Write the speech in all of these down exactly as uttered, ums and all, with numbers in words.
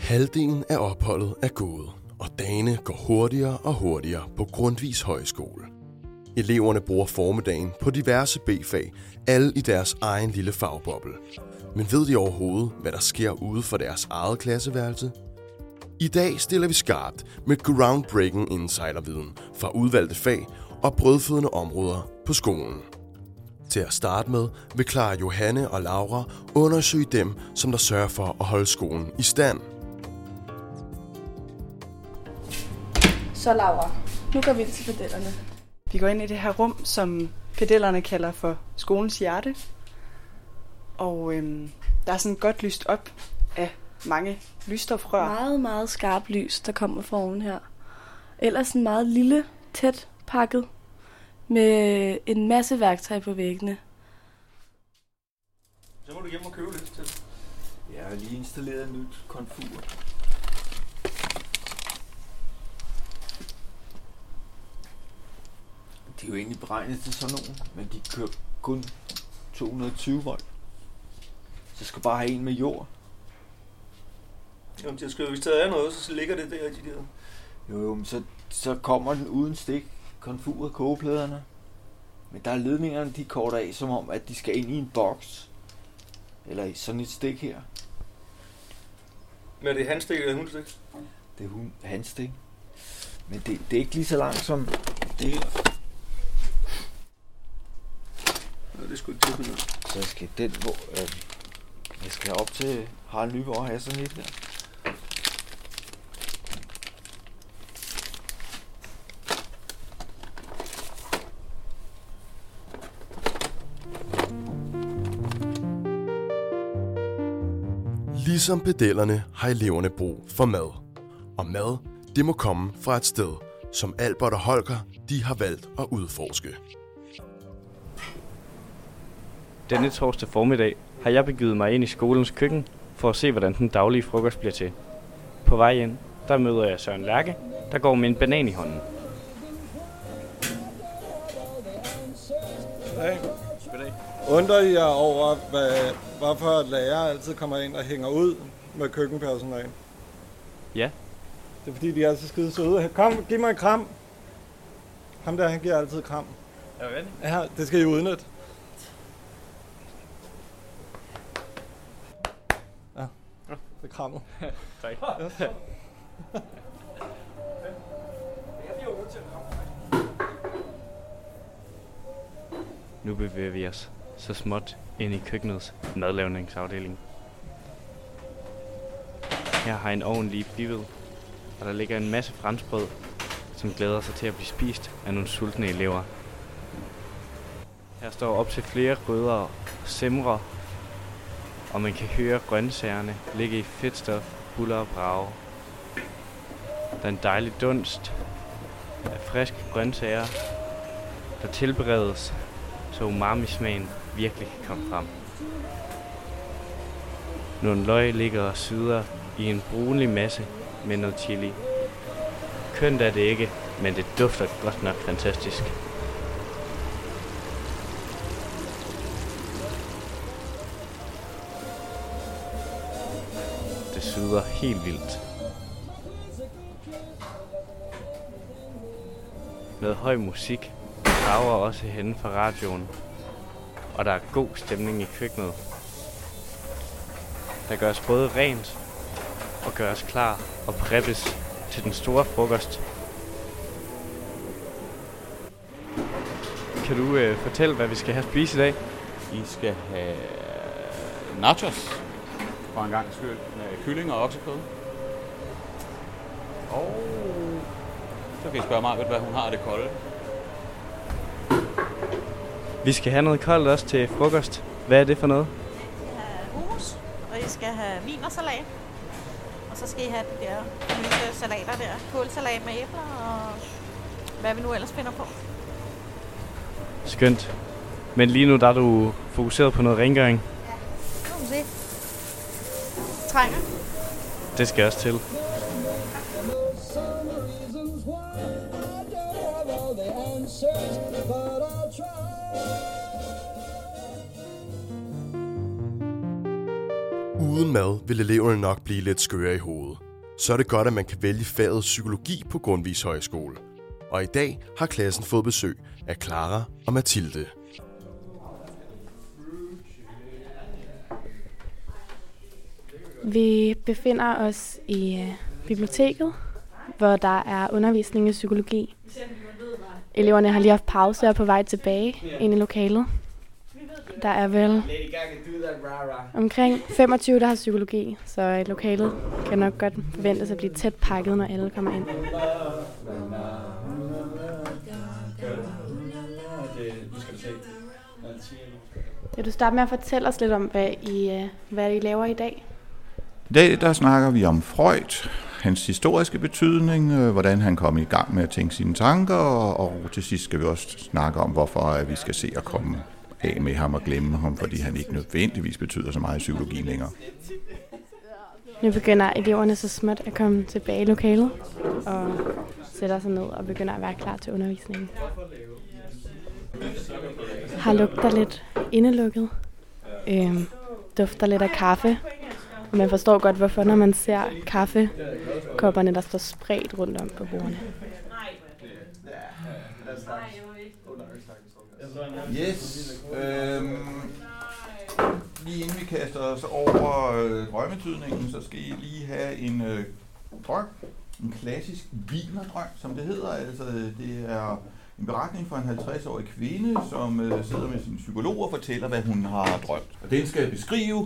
Halvdelen af opholdet er gået, og dagene går hurtigere og hurtigere på Grundtvigs Højskole. Eleverne bruger formiddagen på diverse B-fag, alle i deres egen lille fagboble. Men ved de overhovedet, hvad der sker ude for deres eget klasseværelse? I dag stiller vi skarpt med groundbreaking insiderviden fra udvalgte fag og brødfødende områder på skolen. Til at starte med vil Clara, Johanne og Laura undersøge dem, som der sørger for at holde skolen i stand. Så Laura, nu går vi ind til pedellerne. Vi går ind i det her rum, som pedellerne kalder for skolens hjerte. Og øhm, der er sådan godt lyst op af mange lysstofrør. Meget, meget skarpt lys, der kommer fra oven her. Ellers en meget lille, tæt pakket med en masse værktøj på væggene. Så må du hjem og købe lidt til. Jeg har lige installeret et nyt komfur. De er jo egentlig beregnet til sådan nogle, men de kører kun to hundrede og tyve volt. Så jeg skal bare have en med jord. Jamen, det skal jo, hvis der er noget, så ligger det der i de der. Jo, jo, men så, så kommer den uden stik, komfuret, kogepladerne. Men der er ledningerne, de korter af, som om, at de skal ind i en boks. Eller i sådan et stik her. Men er det handstik eller hundstik? Det er hun, handstik. Men det, det er ikke lige så langt som det her. Ja, det er sgu ikke til noget. Så jeg skal den, hvor øh, jeg skal op til Harald Nyborg og have sådan et der. Ligesom pedellerne har eleverne brug for mad. Og mad, det må komme fra et sted, som Albert og Holger, de har valgt at udforske. Denne torsdag formiddag har jeg begivet mig ind i skolens køkken for at se, hvordan den daglige frokost bliver til. På vej ind, der møder jeg Søren Lærke, der går med en banan i hånden. Goddag. Goddag. Undrer I jer over, hvad, hvorfor lærere altid kommer ind og hænger ud med køkkenpersonale? Ja. Det er fordi, de er så skide søde. Kom, giv mig en kram. Ham der, han giver altid kram. Er du ready? Ja, det skal I udnytte. Ja, det er krammet. Tak. Ja. Nu bevæger vi os så småt ind i køkkenets madlavningsafdeling. Her har en ovn lige bibet, og der ligger en masse franskbrød, som glæder sig til at blive spist af nogle sultne elever. Her står op til flere rødder og semrer, og man kan høre grøntsagerne ligge i fedtstof, buller og brage. Der er en dejlig dunst af friske grøntsager, der tilberedes, så umami-smagen virkelig kan komme frem. Nogle løg ligger og syder i en brunlig masse med noget chili. Kønt er det ikke, men det dufter godt nok fantastisk. Det syder helt vildt. Noget høj musik rager også henne fra radioen, og der er god stemning i køkkenet. Der gøres både rent og gøres klar og preppes til den store frokost. Kan du øh, fortælle, hvad vi skal have spise i dag? I skal have nachos for en gang skyld med kylling og oksekød. Og så kan I spørge mig, hvad hun har af det kolde. Vi skal have noget koldt også til frokost. Hvad er det for noget? Vi skal have hummus, og I skal have vin og salat. Og så skal I have de der nye salater der. Kålsalat med æbler og hvad vi nu ellers finder på. Skønt. Men lige nu der er du fokuseret på noget rengøring. Ja, nu må vi se. Trænger. Det skal også til. Uden mad vil eleverne nok blive lidt skøre i hovedet. Så er det godt, at man kan vælge faget psykologi på Grundtvigs Højskole. Og i dag har klassen fået besøg af Clara og Mathilde. Vi befinder os i øh, biblioteket, hvor der er undervisning i psykologi. Eleverne har lige haft pause og er på vej tilbage ind i lokalet. Der er vel omkring femogtyve, der har psykologi, så lokalet kan nok godt forventes at blive tæt pakket, når alle kommer ind. Vil du starte med at fortælle os lidt om, hvad I, hvad I laver i dag? I dag der snakker vi om Freud, hans historiske betydning, hvordan han kom i gang med at tænke sine tanker, og til sidst skal vi også snakke om, hvorfor vi skal se at komme af med ham og glemme ham, fordi han ikke nødvendigvis betyder så meget i psykologien længere. Nu begynder eleverne så småt at komme tilbage i lokalet og sætter sig ned og begynder at være klar til undervisningen. Har lugter lidt indelukket, øhm, dufter lidt af kaffe. Og man forstår godt, hvorfor, når man ser kaffekopperne, der står spredt rundt om på bordene. Yes. Øhm, lige inden vi kaster os over øh, drømmetydningen, så skal I lige have en øh, drøm. En klassisk Wiener-drøm, som det hedder. Altså, det er en beretning fra en halvtreds-årig kvinde, som øh, sidder med sin psykolog og fortæller, hvad hun har drømt. Og den skal beskrive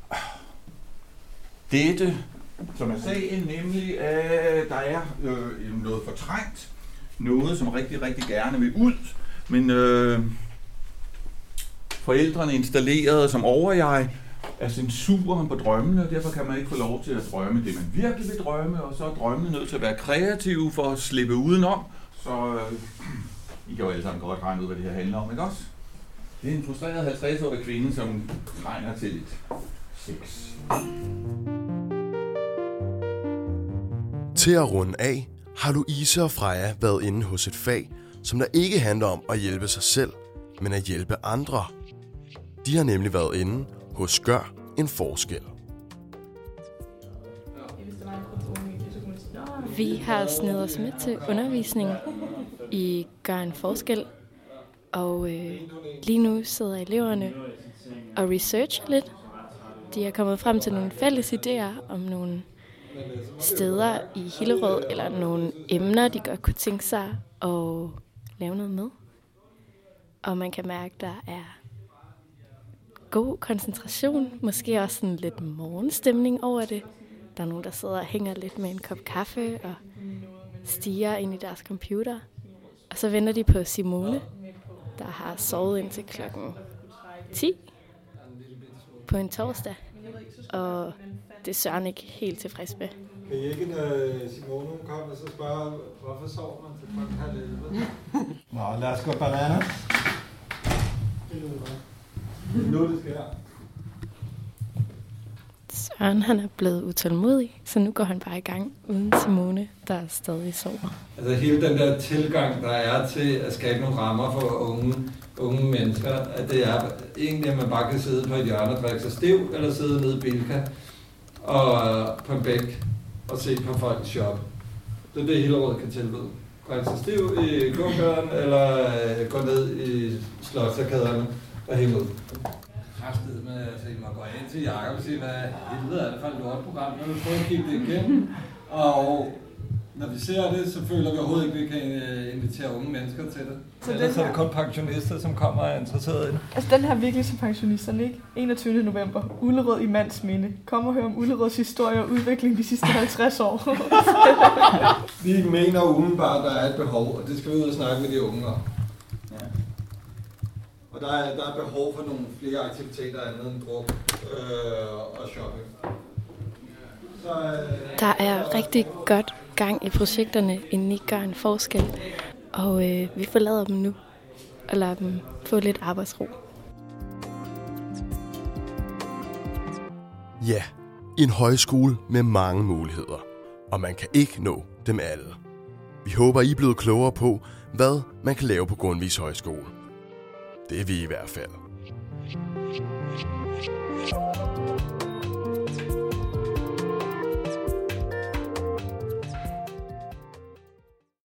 dette, som er sagen, nemlig at der er øh, noget fortrængt, noget som rigtig, rigtig gerne vil ud, men øh, forældrene installerede som overjeg er censuren på drømmene, og derfor kan man ikke få lov til at drømme det, man virkelig vil drømme, og så er drømmene nødt til at være kreative for at slippe udenom, så øh, I kan jo alle sammen godt regne ud, hvad det her handler om, ikke også? Det er en frustreret halvtreds-årig kvinde, som regner til lidt sex. Til at runde af har Louise og Freja været inde hos et fag, som der ikke handler om at hjælpe sig selv, men at hjælpe andre. De har nemlig været inde hos Gør en Forskel. Vi har snedet os med til undervisning i Gør en Forskel, og øh, lige nu sidder eleverne og researcher lidt. De er kommet frem til nogle fælles idéer om nogle steder i Hillerød, eller nogle emner, de godt kunne tænke sig at lave noget med. Og man kan mærke, at der er god koncentration, måske også sådan lidt morgenstemning over det. Der er nogen, der sidder og hænger lidt med en kop kaffe og stiger ind i deres computer. Og så venter de på Simone, der har sovet indtil klokken ti på en torsdag. Og det er Søren ikke helt tilfreds med. Kan I ikke, når Simone kommer, så spørge, hvorfor sover man til klokken halv elleve? Nå, lad os gå bananer. Nu det sker. Søren han er blevet utålmodig, så nu går han bare i gang uden Simone, der stadig sover. Altså hele den der tilgang, der er til at skabe nogle rammer for unge, unge mennesker, at det er egentlig, at man bare kan sidde på et hjørne og drikke sig stiv, eller sidde nede i Bilka og på en bænk og se på folk shoppe. Det er det, Hillerød kan tilbyde. Drikke sig stiv i gågaden, eller gå ned i slotsarkaderne og hænge ud. Kræftet med, altså I må gå ind til Jacob og sige, hvad helvede er det for et lortprogram, når du prøver at kigge det igennem. Og når vi ser det, så føler vi overhovedet ikke, at vi kan invitere unge mennesker til det. Så ellers er det kun pensionister, som kommer og er interesseret i det. Altså den her virkelig til pensionisterne, ikke? enogtyvende november, Ullerød i mands minde. Kom og hør om Ullerøds historie og udvikling de sidste halvtreds år. Vi mener umiddelbart, der er et behov, og det skal vi ud og snakke med de unge om. Ja. Og der er, der er behov for nogle flere aktiviteter andet end druk øh, og shopping. Så, øh, Der er rigtig godt gang i projekterne inde i Gør en Forskel, og øh, vi forlader dem nu og lader dem få lidt arbejdsro. Ja, en højskole med mange muligheder, og man kan ikke nå dem alle. Vi håber, I er blevet klogere på, hvad man kan lave på Grundtvigs Højskole. Det er vi i hvert fald.